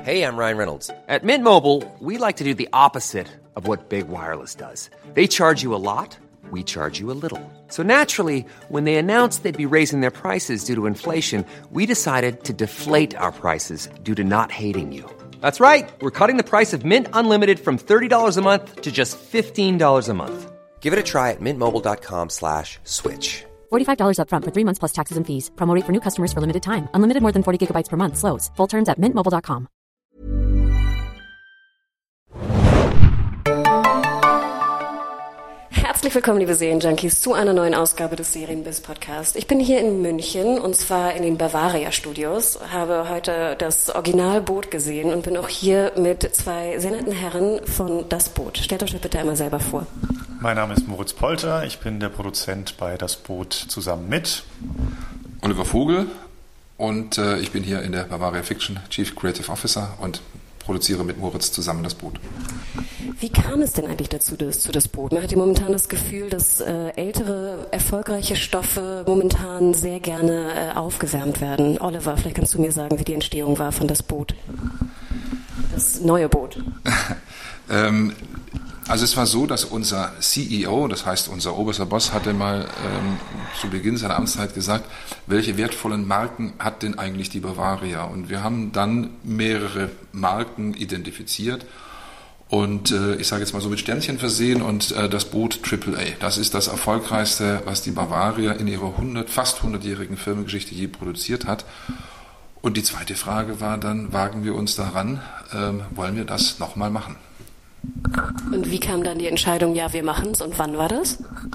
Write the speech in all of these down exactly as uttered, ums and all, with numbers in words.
Hey, I'm Ryan Reynolds. At Mint Mobile, we like to do the opposite of what Big Wireless does. They charge you a lot, we charge you a little. So naturally, when they announced they'd be raising their prices due to inflation, we decided to deflate our prices due to not hating you. That's right. We're cutting the price of Mint Unlimited from thirty dollars a month to just fifteen dollars a month. Give it a try at mintmobile.com slash switch. forty-five dollars up front for three months plus taxes and fees. Promo rate for new customers for limited time. Unlimited more than forty gigabytes per month. Slows full terms at mint mobile dot com. Herzlich willkommen, liebe Serienjunkies, zu einer neuen Ausgabe des Serienbiz-Podcast. Ich bin hier in München und zwar in den Bavaria-Studios, habe heute das Originalboot gesehen und bin auch hier mit zwei sehr netten Herren von Das Boot. Stellt euch bitte einmal selber vor. Mein Name ist Moritz Polter, ich bin der Produzent bei Das Boot zusammen mit Oliver Vogel und äh, ich bin hier in der Bavaria Fiction Chief Creative Officer und produziere mit Moritz zusammen Das Boot. Wie kam es denn eigentlich dazu, dass, zu Das Boot? Man hat ja momentan das Gefühl, dass äh, ältere, erfolgreiche Stoffe momentan sehr gerne äh, aufgewärmt werden. Oliver, vielleicht kannst du mir sagen, wie die Entstehung war von Das Boot. Das neue Boot. ähm, also es war so, dass unser C E O, das heißt unser oberster Boss, hatte mal ähm, zu Beginn seiner Amtszeit gesagt, welche wertvollen Marken hat denn eigentlich die Bavaria? Und wir haben dann mehrere Marken identifiziert und äh, ich sage jetzt mal so mit Sternchen versehen und äh, das Boot Triple A. Das ist das erfolgreichste, was die Bavaria in ihrer hundert, fast hundertjährigen Firmengeschichte je produziert hat. Und die zweite Frage war dann, wagen wir uns daran, ähm, wollen wir das nochmal machen? Und wie kam dann die Entscheidung, ja, wir machen es, und wann war das?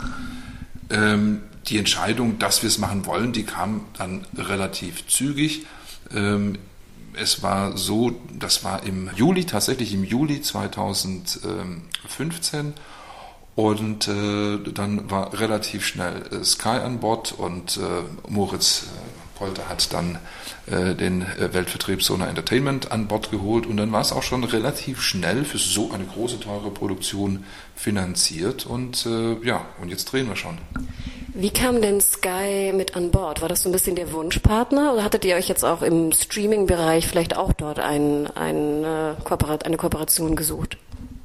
Ähm, die Entscheidung, dass wir es machen wollen, die kam dann relativ zügig. Ähm, es war so, das war im Juli, tatsächlich im Juli zweitausendfünfzehn und äh, dann war relativ schnell äh, Sky an Bord und äh, Moritz äh, Polter hat dann äh, den äh, Weltvertrieb Sona Entertainment an Bord geholt und dann war es auch schon relativ schnell für so eine große, teure Produktion finanziert und äh, ja, und jetzt drehen wir schon. Wie kam denn Sky mit an Bord? War das so ein bisschen der Wunschpartner oder hattet ihr euch jetzt auch im Streaming-Bereich vielleicht auch dort ein, ein, äh, Kooperat- eine Kooperation gesucht?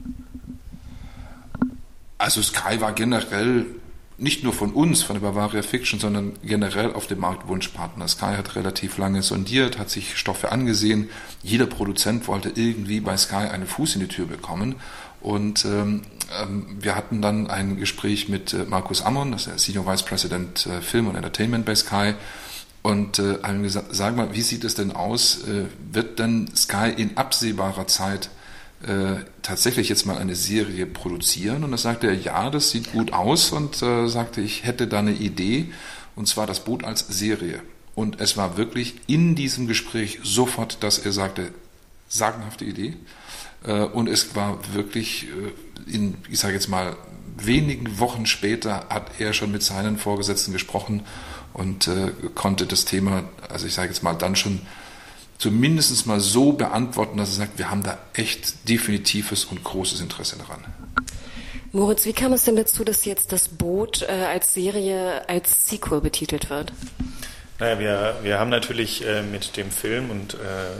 Also Sky war generell nicht nur von uns, von der Bavaria Fiction, sondern generell auf dem Markt Wunschpartner. Sky hat relativ lange sondiert, hat sich Stoffe angesehen. Jeder Produzent wollte irgendwie bei Sky einen Fuß in die Tür bekommen. Und ähm, wir hatten dann ein Gespräch mit äh, Markus Ammon, das ist der Senior Vice President äh, Film und Entertainment bei Sky. Und äh, haben gesagt, sag mal, wie sieht es denn aus? Äh, wird denn Sky in absehbarer Zeit Äh, tatsächlich jetzt mal eine Serie produzieren? Und da sagte er, ja, das sieht gut aus und äh, sagte, ich hätte da eine Idee und zwar Das Boot als Serie. Und es war wirklich in diesem Gespräch sofort, dass er sagte, sagenhafte Idee. Äh, und es war wirklich äh, in, ich sage jetzt mal, wenigen Wochen später hat er schon mit seinen Vorgesetzten gesprochen und äh, konnte das Thema, also ich sage jetzt mal, dann schon zumindest mal so beantworten, dass er sagt, wir haben da echt definitives und großes Interesse daran. Moritz, wie kam es denn dazu, dass jetzt Das Boot äh, als Serie als Sequel betitelt wird? Naja, wir, wir haben natürlich äh, mit dem Film und äh,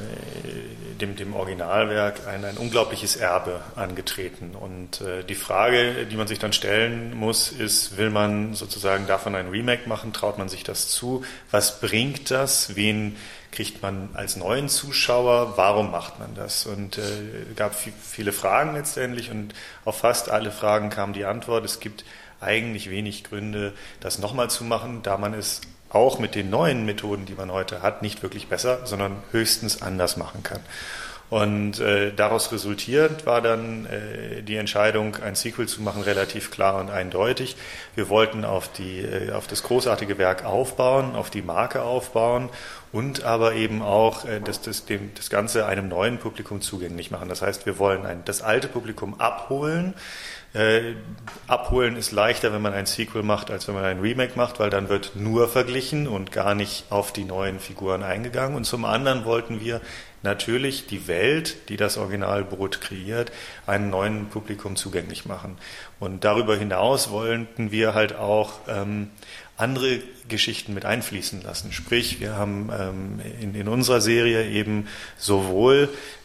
dem, dem Originalwerk ein, ein unglaubliches Erbe angetreten. Und äh, die Frage, die man sich dann stellen muss, ist, will man sozusagen davon ein Remake machen? Traut man sich das zu? Was bringt das? Wen kriegt man als neuen Zuschauer? Warum macht man das? Und es äh, gab viel, viele Fragen letztendlich und auf fast alle Fragen kam die Antwort, es gibt eigentlich wenig Gründe, das nochmal zu machen, da man es auch mit den neuen Methoden, die man heute hat, nicht wirklich besser, sondern höchstens anders machen kann. Und äh, daraus resultierend war dann äh, die Entscheidung, ein Sequel zu machen, relativ klar und eindeutig. Wir wollten auf die, äh, auf das großartige Werk aufbauen, auf die Marke aufbauen und aber eben auch äh, das, das, dem, das Ganze einem neuen Publikum zugänglich machen. Das heißt, wir wollen ein, das alte Publikum abholen. Äh, abholen ist leichter, wenn man ein Sequel macht, als wenn man ein Remake macht, weil dann wird nur verglichen und gar nicht auf die neuen Figuren eingegangen. Und zum anderen wollten wir natürlich die Welt, die das Originalboot kreiert, einem neuen Publikum zugänglich machen. Und darüber hinaus wollten wir halt auch ähm, andere Geschichten mit einfließen lassen. Sprich, wir haben ähm, in, in unserer Serie eben sowohl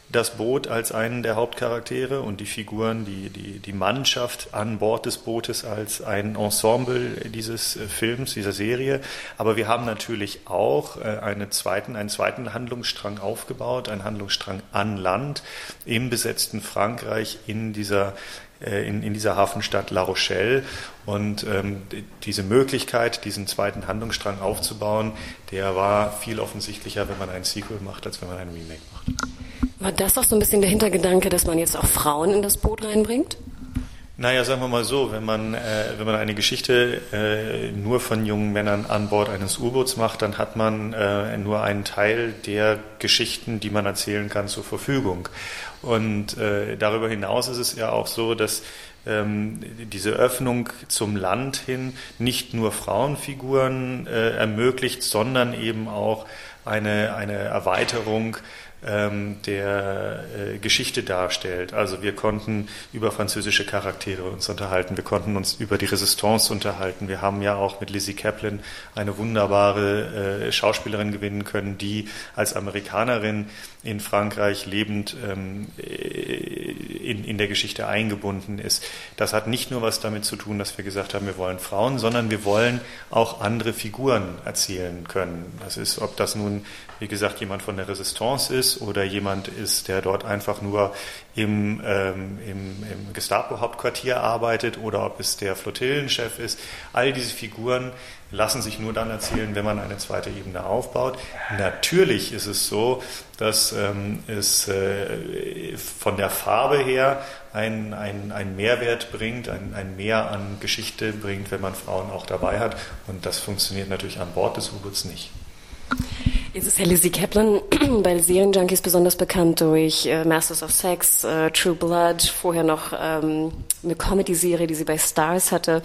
das Boot als einen der Hauptcharaktere und die Figuren, die, die, die Mannschaft an Bord des Bootes als ein Ensemble dieses Films, dieser Serie. Aber wir haben natürlich auch eine zweiten, einen zweiten Handlungsstrang aufgebaut, einen Handlungsstrang an Land im besetzten Frankreich in dieser In, in dieser Hafenstadt La Rochelle. Und ähm, diese Möglichkeit, diesen zweiten Handlungsstrang aufzubauen, der war viel offensichtlicher, wenn man ein Sequel macht, als wenn man ein Remake macht. War das auch so ein bisschen der Hintergedanke, dass man jetzt auch Frauen in das Boot reinbringt? Naja, sagen wir mal so, wenn man, äh, wenn man eine Geschichte äh, nur von jungen Männern an Bord eines U-Boots macht, dann hat man äh, nur einen Teil der Geschichten, die man erzählen kann, zur Verfügung. Und äh, darüber hinaus ist es ja auch so, dass ähm, diese Öffnung zum Land hin nicht nur Frauenfiguren äh, ermöglicht, sondern eben auch eine, eine Erweiterung der äh, Geschichte darstellt. Also wir konnten über französische Charaktere uns unterhalten, wir konnten uns über die Resistance unterhalten. Wir haben ja auch mit Lizzie Kaplan eine wunderbare äh, Schauspielerin gewinnen können, die als Amerikanerin in Frankreich lebend ähm, in, in der Geschichte eingebunden ist. Das hat nicht nur was damit zu tun, dass wir gesagt haben, wir wollen Frauen, sondern wir wollen auch andere Figuren erzählen können. Das ist, ob das nun, wie gesagt, jemand von der Resistance ist oder jemand ist, der dort einfach nur im, ähm, im, im Gestapo-Hauptquartier arbeitet oder ob es der Flottillenchef ist. All diese Figuren lassen sich nur dann erzählen, wenn man eine zweite Ebene aufbaut. Natürlich ist es so, dass ähm, es äh, von der Farbe her ein, ein, ein Mehrwert bringt, ein, ein Mehr an Geschichte bringt, wenn man Frauen auch dabei hat. Und das funktioniert natürlich an Bord des U-Boots nicht. Jetzt ist ja Lizzie Kaplan bei Serienjunkies besonders bekannt durch äh, Masters of Sex, äh, True Blood, vorher noch ähm, eine Comedy-Serie, die sie bei Starz hatte.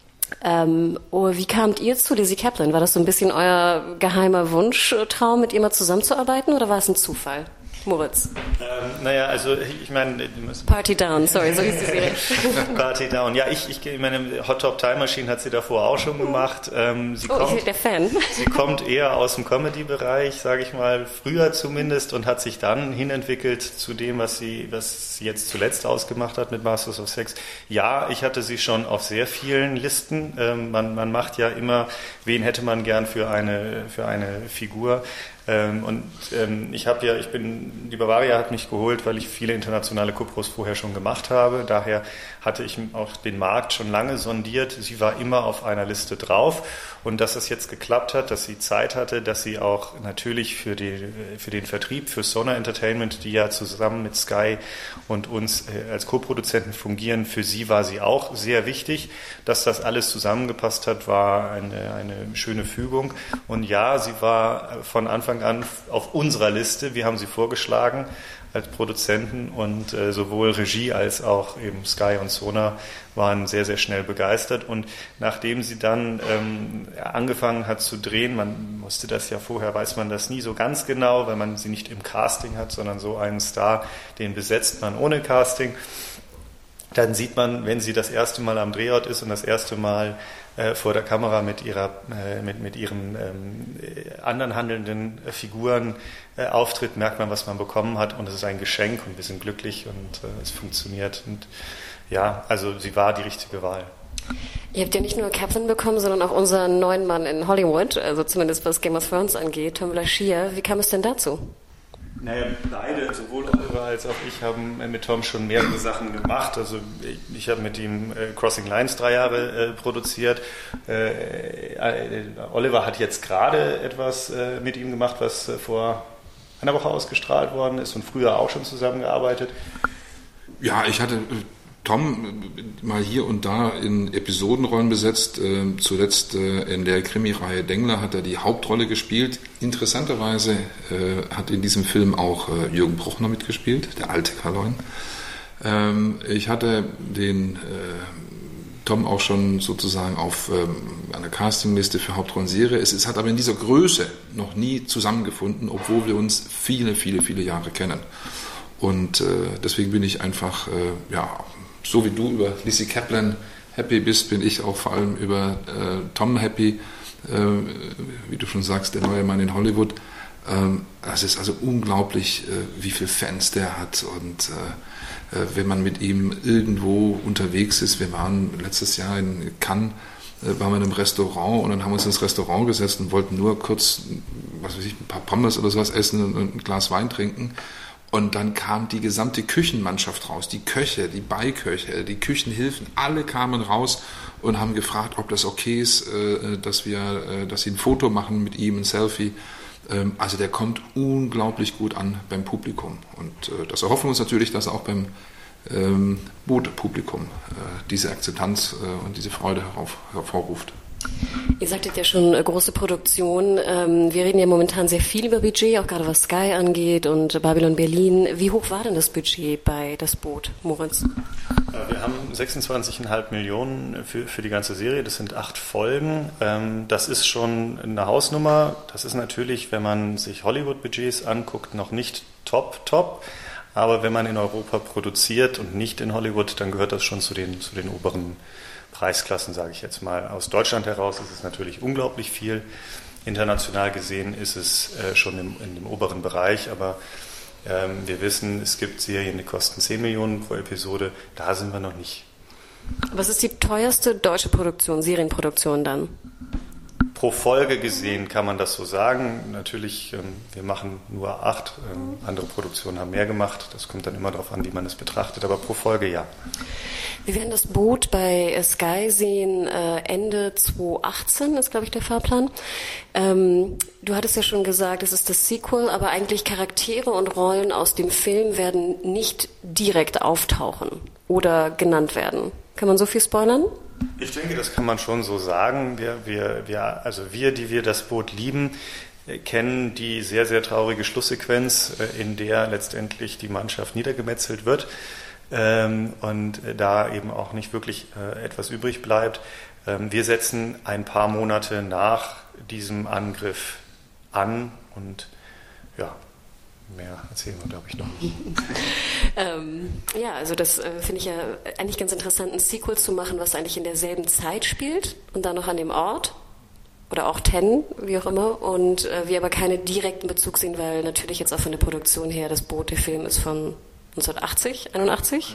Ähm, oh, wie kamt ihr zu Lizzie Kaplan? War das so ein bisschen euer geheimer Wunschtraum, mit ihr mal zusammenzuarbeiten, oder war es ein Zufall? Moritz? Ähm, naja, also ich meine... Party Down, sorry, so hieß die Serie. Party Down, ja, ich, ich meine, Hot Top Time Machine hat sie davor auch schon gemacht. Ähm, sie oh, kommt, ich bin der Fan. Sie kommt eher aus dem Comedy-Bereich, sage ich mal, früher zumindest, und hat sich dann hinentwickelt zu dem, was sie, was sie jetzt zuletzt ausgemacht hat mit Masters of Sex. Ja, ich hatte sie schon auf sehr vielen Listen. Ähm, man, man macht ja immer, wen hätte man gern für eine, für eine Figur. Ähm, und ähm, ich habe ja, ich bin, die Bavaria hat mich geholt, weil ich viele internationale Kupros vorher schon gemacht habe. Daher hatte ich auch den Markt schon lange sondiert. Sie war immer auf einer Liste drauf. Und dass das jetzt geklappt hat, dass sie Zeit hatte, dass sie auch natürlich für, die, für den Vertrieb, für Sonar Entertainment, die ja zusammen mit Sky und uns als Co-Produzenten fungieren, für sie war sie auch sehr wichtig. Dass das alles zusammengepasst hat, war eine, eine schöne Fügung. Und ja, sie war von Anfang an auf unserer Liste. Wir haben sie vorgeschlagen als Produzenten, und äh, sowohl Regie als auch eben Sky und Sonar waren sehr, sehr schnell begeistert. Und nachdem sie dann ähm, angefangen hat zu drehen, man wusste das ja vorher, weiß man das nie so ganz genau, weil man sie nicht im Casting hat, sondern so einen Star, den besetzt man ohne Casting. Dann sieht man, wenn sie das erste Mal am Drehort ist und das erste Mal äh, vor der Kamera mit ihrer, äh, mit, mit ihren ähm, anderen handelnden äh, Figuren äh, auftritt, merkt man, was man bekommen hat, und es ist ein Geschenk und wir sind glücklich und äh, es funktioniert. Und ja, also sie war die richtige Wahl. Ihr habt ja nicht nur Kaplan bekommen, sondern auch unseren neuen Mann in Hollywood, also zumindest was Game of Thrones angeht, Tom Bashir. Wie kam es denn dazu? Naja, beide, sowohl Oliver als auch ich, haben mit Tom schon mehrere Sachen gemacht. Also ich, ich habe mit ihm äh, Crossing Lines drei Jahre äh, produziert. Äh, äh, Oliver hat jetzt gerade etwas äh, mit ihm gemacht, was äh, vor einer Woche ausgestrahlt worden ist, und früher auch schon zusammengearbeitet. Ja, ich hatte Tom mal hier und da in Episodenrollen besetzt. Äh, zuletzt äh, in der Krimireihe Dengler hat er die Hauptrolle gespielt. Interessanterweise äh, hat in diesem Film auch äh, Jürgen Bruchner mitgespielt, der alte Karl-Leun. Ähm, ich hatte den äh, Tom auch schon sozusagen auf ähm, einer Castingliste für Hauptrollenserie. Es, es hat aber in dieser Größe noch nie zusammengefunden, obwohl wir uns viele, viele, viele Jahre kennen. Und äh, deswegen bin ich einfach, äh, ja, so wie du über Lizzie Kaplan happy bist, bin ich auch vor allem über äh, Tom happy, äh, wie du schon sagst, der neue Mann in Hollywood. Ähm, es ist also unglaublich, äh, wie viele Fans der hat und äh, äh, wenn man mit ihm irgendwo unterwegs ist, wir waren letztes Jahr in Cannes, äh, waren wir in einem Restaurant und dann haben wir uns ins Restaurant gesetzt und wollten nur kurz, was weiß ich, ein paar Pommes oder sowas essen und, und ein Glas Wein trinken. Und dann kam die gesamte Küchenmannschaft raus, die Köche, die Beiköche, die Küchenhilfen, alle kamen raus und haben gefragt, ob das okay ist, dass wir, dass sie ein Foto machen mit ihm, ein Selfie. Also der kommt unglaublich gut an beim Publikum. Und das erhoffen wir uns natürlich, dass er auch beim Boot-Publikum diese Akzeptanz und diese Freude hervorruft. Ihr sagtet ja schon, große Produktion. Wir reden ja momentan sehr viel über Budget, auch gerade was Sky angeht und Babylon Berlin. Wie hoch war denn das Budget bei Das Boot, Moritz? Wir haben sechsundzwanzig Komma fünf Millionen für, für die ganze Serie. Das sind acht Folgen. Das ist schon eine Hausnummer. Das ist natürlich, wenn man sich Hollywood-Budgets anguckt, noch nicht top, top. Aber wenn man in Europa produziert und nicht in Hollywood, dann gehört das schon zu den, zu den oberen Preisklassen, sage ich jetzt mal. Aus Deutschland heraus ist es natürlich unglaublich viel. International gesehen ist es äh, schon im, in dem oberen Bereich, aber ähm, wir wissen, es gibt Serien, die kosten zehn Millionen pro Episode. Da sind wir noch nicht. Was ist die teuerste deutsche Produktion, Serienproduktion dann? Pro Folge gesehen kann man das so sagen. Natürlich, ähm, wir machen nur acht, ähm, andere Produktionen haben mehr gemacht. Das kommt dann immer darauf an, wie man es betrachtet, aber pro Folge ja. Wir werden Das Boot bei Sky sehen, äh, Ende zweitausendachtzehn ist, glaube ich, der Fahrplan. Ähm, du hattest ja schon gesagt, es ist das Sequel, aber eigentlich Charaktere und Rollen aus dem Film werden nicht direkt auftauchen oder genannt werden. Kann man so viel spoilern? Ich denke, das kann man schon so sagen. Wir, wir, wir, also wir, die wir Das Boot lieben, kennen die sehr, sehr traurige Schlusssequenz, in der letztendlich die Mannschaft niedergemetzelt wird. Ähm, und da eben auch nicht wirklich äh, etwas übrig bleibt. Ähm, wir setzen ein paar Monate nach diesem Angriff an und ja, mehr erzählen wir, glaube ich, noch nicht. ähm, ja, also das äh, finde ich ja eigentlich ganz interessant, ein Sequel zu machen, was eigentlich in derselben Zeit spielt und dann noch an dem Ort. Oder auch Ten, wie auch immer. Und äh, wir aber keinen direkten Bezug sehen, weil natürlich jetzt auch von der Produktion her das Boot, der Film ist von neunzehnhundertachtzig, einundachtzig?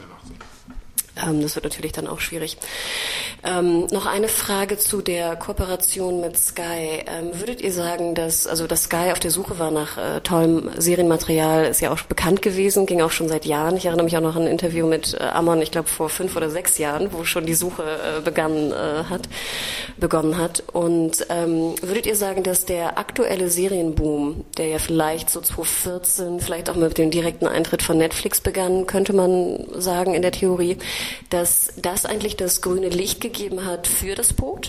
Ähm, das wird natürlich dann auch schwierig. Ähm, noch eine Frage zu der Kooperation mit Sky. Ähm, würdet ihr sagen, dass, also, dass Sky auf der Suche war nach äh, tollem Serienmaterial, ist ja auch bekannt gewesen, ging auch schon seit Jahren. Ich erinnere mich auch noch an ein Interview mit äh, Amon, ich glaube vor fünf oder sechs Jahren, wo schon die Suche äh, begann, äh, hat, begonnen hat. Und ähm, würdet ihr sagen, dass der aktuelle Serienboom, der ja vielleicht so zweitausendvierzehn, vielleicht auch mit dem direkten Eintritt von Netflix begann, könnte man sagen in der Theorie, dass das eigentlich das grüne Licht gegeben hat für Das Boot?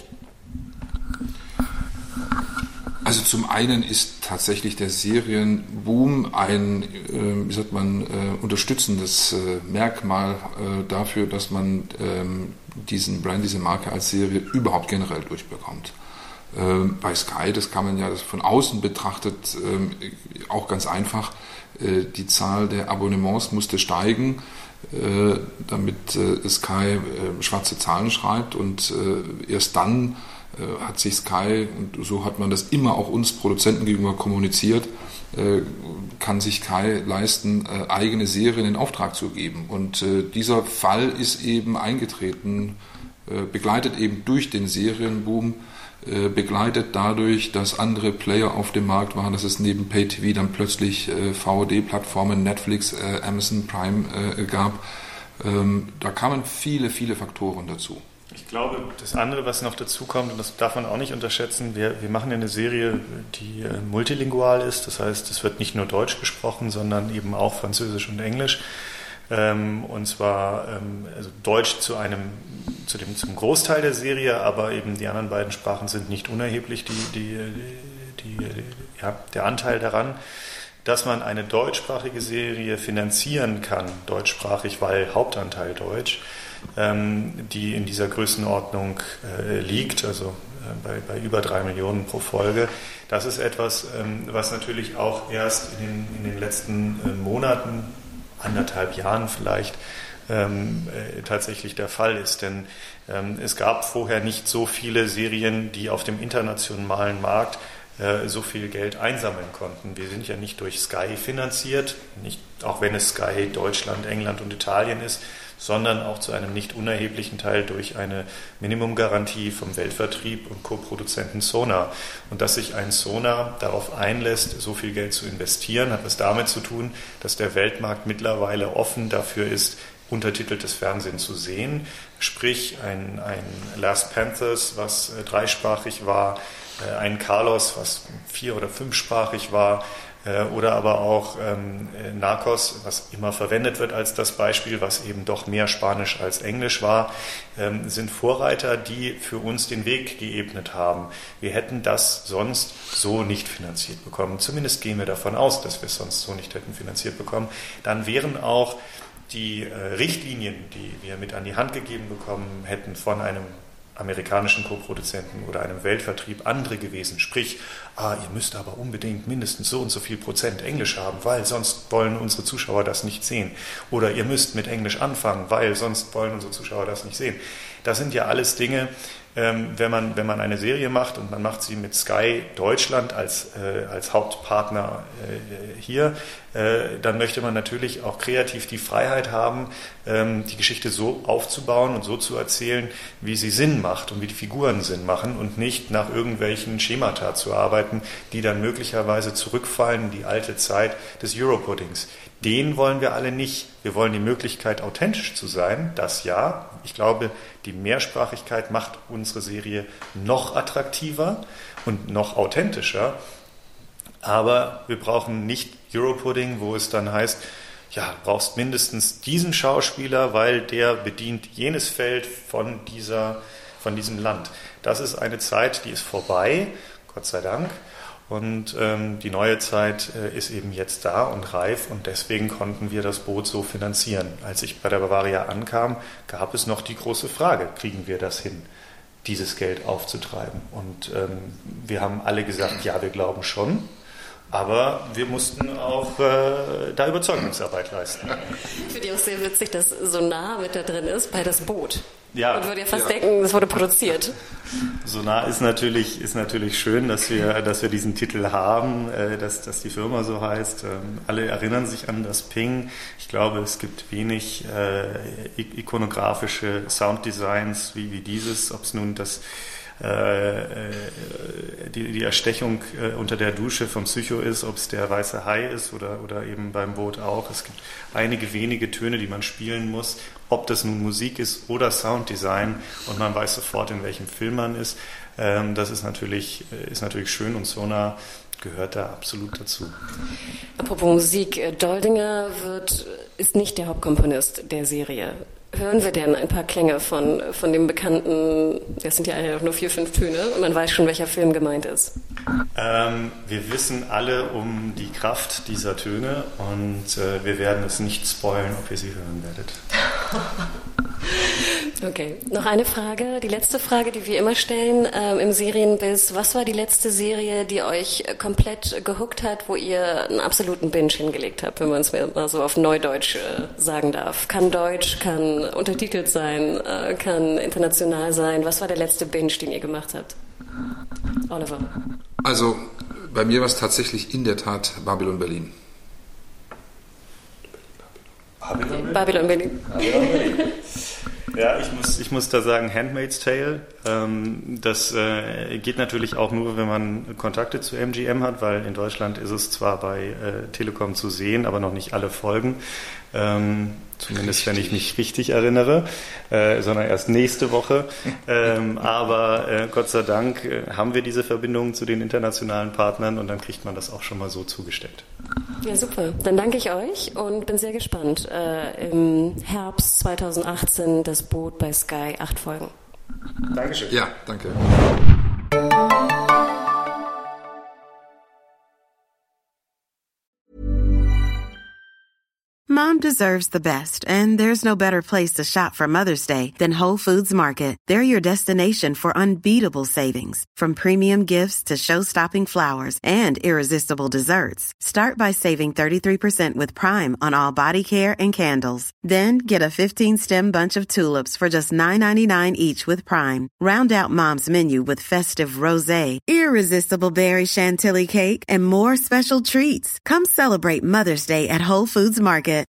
Also zum einen ist tatsächlich der Serienboom ein, äh, wie sagt man, äh, unterstützendes äh, Merkmal äh, dafür, dass man ähm, diesen Brand, diese Marke als Serie überhaupt generell durchbekommt. Ähm, bei Sky, das kann man ja das von außen betrachtet ähm, auch ganz einfach, äh, die Zahl der Abonnements musste steigen, Äh, damit äh, Sky äh, schwarze Zahlen schreibt und äh, erst dann äh, hat sich Sky, und so hat man das immer auch uns Produzenten gegenüber kommuniziert, äh, kann sich Sky leisten, äh, eigene Serien in Auftrag zu geben. Und äh, dieser Fall ist eben eingetreten, äh, begleitet eben durch den Serienboom, äh, begleitet dadurch, dass andere Player auf dem Markt waren, dass es neben Pay-T V dann plötzlich äh, V O D-Plattformen, Netflix, äh, Amazon Prime äh, gab. Ähm, da kamen viele, viele Faktoren dazu. Ich glaube, das andere, was noch dazu kommt, und das darf man auch nicht unterschätzen, wir, wir machen ja eine Serie, die äh, multilingual ist. Das heißt, es wird nicht nur Deutsch gesprochen, sondern eben auch Französisch und Englisch. Ähm, und zwar ähm, also Deutsch zu einem, zu dem, zum Großteil der Serie, aber eben die anderen beiden Sprachen sind nicht unerheblich, die, die, die, die, ja, der Anteil daran, dass man eine deutschsprachige Serie finanzieren kann, deutschsprachig, weil Hauptanteil Deutsch, ähm, die in dieser Größenordnung äh, liegt, also äh, bei, bei über drei Millionen pro Folge. Das ist etwas, ähm, was natürlich auch erst in den, in den letzten äh, Monaten, anderthalb Jahren vielleicht, ähm, äh, tatsächlich der Fall ist. Denn ähm, es gab vorher nicht so viele Serien, die auf dem internationalen Markt äh, so viel Geld einsammeln konnten. Wir sind ja nicht durch Sky finanziert, nicht, auch wenn es Sky Deutschland, England und Italien ist, sondern auch zu einem nicht unerheblichen Teil durch eine Minimumgarantie vom Weltvertrieb und Co-Produzenten Sonar. Und dass sich ein Sonar darauf einlässt, so viel Geld zu investieren, hat was damit zu tun, dass der Weltmarkt mittlerweile offen dafür ist, untertiteltes Fernsehen zu sehen. Sprich, ein, ein Last Panthers, was äh, dreisprachig war, äh, ein Carlos, was vier- oder fünfsprachig war, äh, oder aber auch ähm, Narcos, was immer verwendet wird als das Beispiel, was eben doch mehr Spanisch als Englisch war, ähm, sind Vorreiter, die für uns den Weg geebnet haben. Wir hätten das sonst so nicht finanziert bekommen. Zumindest gehen wir davon aus, dass wir es sonst so nicht hätten finanziert bekommen. Dann wären auch die äh, Richtlinien, die wir mit an die Hand gegeben bekommen hätten von einem amerikanischen Co-Produzenten oder einem Weltvertrieb, andere gewesen. Sprich, ah, ihr müsst aber unbedingt mindestens so und so viel Prozent Englisch haben, weil sonst wollen unsere Zuschauer das nicht sehen. Oder ihr müsst mit Englisch anfangen, weil sonst wollen unsere Zuschauer das nicht sehen. Das sind ja alles Dinge, ähm, wenn man, wenn man eine Serie macht und man macht sie mit Sky Deutschland als, äh, als Hauptpartner äh, hier, äh, dann möchte man natürlich auch kreativ die Freiheit haben, ähm, die Geschichte so aufzubauen und so zu erzählen, wie sie Sinn macht und wie die Figuren Sinn machen und nicht nach irgendwelchen Schemata zu arbeiten, die dann möglicherweise zurückfallen in die alte Zeit des Europuddings. Den wollen wir alle nicht. Wir wollen die Möglichkeit, authentisch zu sein, das ja. Ich glaube, die Mehrsprachigkeit macht unsere Serie noch attraktiver und noch authentischer. Aber wir brauchen nicht Europudding, wo es dann heißt, ja, du brauchst mindestens diesen Schauspieler, weil der bedient jenes Feld von, dieser, von diesem Land. Das ist eine Zeit, die ist vorbei, Gott sei Dank. Und ähm, die neue Zeit äh, ist eben jetzt da und reif und deswegen konnten wir das Boot so finanzieren. Als ich bei der Bavaria ankam, gab es noch die große Frage, kriegen wir das hin, dieses Geld aufzutreiben? Und ähm, wir haben alle gesagt, ja, wir glauben schon, aber wir mussten auch äh, da Überzeugungsarbeit leisten. Ich finde auch sehr witzig, dass Sonar mit da drin ist bei Das Boot. Ja. Und würde ja fast Ja. denken, es wurde produziert. Sonar ist natürlich, ist natürlich schön, dass wir, dass wir diesen Titel haben, äh, dass, dass die Firma so heißt. Ähm, alle erinnern sich an das Ping. Ich glaube, es gibt wenig äh, ikonografische Sounddesigns wie, wie dieses, ob es nun das äh, die, die Erstechung äh, unter der Dusche vom Psycho ist, ob es der weiße Hai ist oder, oder eben beim Boot auch. Es gibt einige wenige Töne, die man spielen muss, ob das nun Musik ist oder Sounddesign und man weiß sofort, in welchem Film man ist. Ähm, das ist natürlich, ist natürlich schön und Sonar gehört da absolut dazu. Apropos Musik, Doldinger wird, ist nicht der Hauptkomponist der Serie. Hören wir denn ein paar Klänge von, von dem bekannten, das sind ja nur vier, fünf Töne und man weiß schon, welcher Film gemeint ist? Ähm, wir wissen alle um die Kraft dieser Töne und äh, wir werden es nicht spoilen, ob ihr sie hören werdet. Okay, noch eine Frage, die letzte Frage, die wir immer stellen ähm, im Serienbiz. Was war die letzte Serie, die euch komplett gehuckt hat, wo ihr einen absoluten Binge hingelegt habt, wenn man es mal so auf Neudeutsch äh, sagen darf? Kann Deutsch, kann untertitelt sein, äh, kann international sein. Was war der letzte Binge, den ihr gemacht habt? Oliver. Also bei mir war es tatsächlich in der Tat Babylon Berlin. Babylon Babylon Berlin. Babylon Berlin. Ja, ich muss, ich muss da sagen, Handmaid's Tale. Ähm, das äh, geht natürlich auch nur, wenn man Kontakte zu M G M hat, weil in Deutschland ist es zwar bei äh, Telekom zu sehen, aber noch nicht alle Folgen. Ähm, zumindest wenn ich mich richtig erinnere, äh, sondern erst nächste Woche. Ähm, aber äh, Gott sei Dank äh, haben wir diese Verbindung zu den internationalen Partnern und dann kriegt man das auch schon mal so zugestellt. Ja, super. Dann danke ich euch und bin sehr gespannt. Äh, im Herbst zweitausendachtzehn das Boot bei Sky, acht Folgen. Dankeschön. Ja, danke. Mom deserves the best, and there's no better place to shop for Mother's Day than Whole Foods Market. They're your destination for unbeatable savings, from premium gifts to show-stopping flowers and irresistible desserts. Start by saving thirty-three percent with Prime on all body care and candles. Then get a fifteen-stem bunch of tulips for just nine ninety-nine each with Prime. Round out Mom's menu with festive rosé, irresistible berry chantilly cake, and more special treats. Come celebrate Mother's Day at Whole Foods Market.